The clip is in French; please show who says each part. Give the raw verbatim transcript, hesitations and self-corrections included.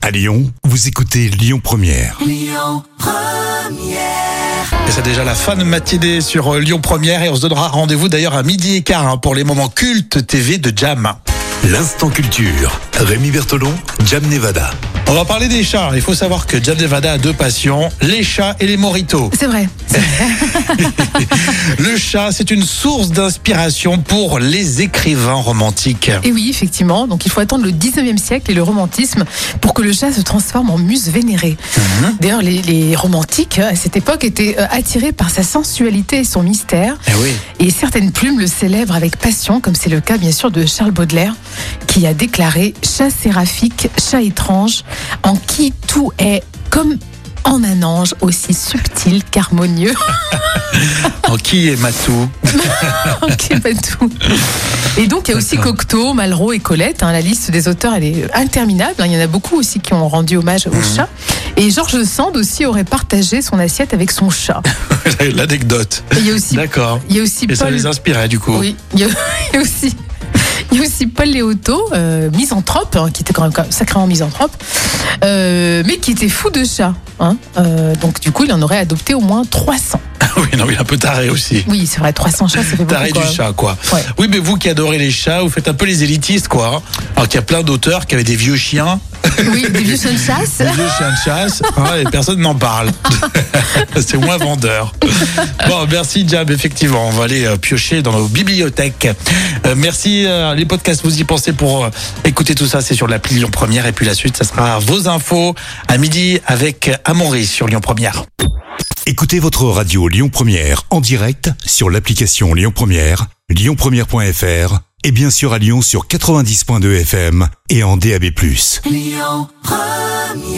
Speaker 1: À Lyon, vous écoutez Lyon Première.
Speaker 2: Lyon Première.
Speaker 3: Et c'est déjà la fin de matinée sur Lyon Première et on se donnera rendez-vous d'ailleurs à midi et quart hein, pour les moments cultes T V de Jam.
Speaker 1: L'instant culture. Rémi Bertolon, Jam Nevada.
Speaker 3: On va parler des chats. Il faut savoir que Jam Nevada a deux passions, les chats et les mojitos.
Speaker 4: C'est vrai. C'est vrai.
Speaker 3: Le chat, c'est une source d'inspiration pour les écrivains romantiques.
Speaker 4: Et oui, effectivement. Donc, il faut attendre le dix-neuvième siècle et le romantisme pour que le chat se transforme en muse vénérée. Mmh. D'ailleurs, les, les romantiques, à cette époque, étaient attirés par sa sensualité et son mystère.
Speaker 3: Et, oui.
Speaker 4: et certaines plumes le célèbrent avec passion, comme c'est le cas, bien sûr, de Charles Baudelaire, qui a déclaré « Chat séraphique, chat étrange, en qui tout est comme en un ange, aussi subtil qu'harmonieux. »
Speaker 3: En qui est Matou?
Speaker 4: En qui est Matou? Et donc, il y a aussi Cocteau, Malraux et Colette. Hein. La liste des auteurs, elle est interminable. Il y en a beaucoup aussi qui ont rendu hommage au mmh. chat. Et Georges Sand aussi aurait partagé son assiette avec son chat.
Speaker 3: L'anecdote.
Speaker 4: Et il y a aussi,
Speaker 3: D'accord.
Speaker 4: Il y a aussi
Speaker 3: et
Speaker 4: Paul...
Speaker 3: ça les inspirait du coup.
Speaker 4: Oui, il y a, il y a aussi... Il y a aussi Paul Léotot, euh, misanthrope, hein, qui était quand même sacrément misanthrope, euh, mais qui était fou de chats. Hein, euh, donc du coup, il en aurait adopté au moins trois cents.
Speaker 3: Oui, non, il est un peu taré aussi.
Speaker 4: Oui, c'est vrai, trois cents chats, ça fait beaucoup.
Speaker 3: Taré du chat, quoi.
Speaker 4: Ouais.
Speaker 3: Oui, mais vous qui adorez les chats, vous faites un peu les élitistes, quoi. Alors qu'il y a plein d'auteurs qui avaient des vieux chiens.
Speaker 4: Oui, des vieux chiens de chasse.
Speaker 3: Des vieux chiens de chasse, hein, et personne n'en parle. C'est moins vendeur. Bon, merci Jam, effectivement, on va aller euh, piocher dans nos bibliothèques. Euh, merci, euh, les podcasts, vous y pensez pour euh, écouter tout ça, c'est sur l'appli Lyon Première, et puis la suite, ça sera vos infos à midi avec Amaury sur Lyon Première.
Speaker 1: Écoutez votre radio Lyon Première en direct sur l'application Lyon Première, lyon première point f r et bien sûr à Lyon sur quatre-vingt-dix point deux F M et en D A B plus.
Speaker 2: Lyon Première.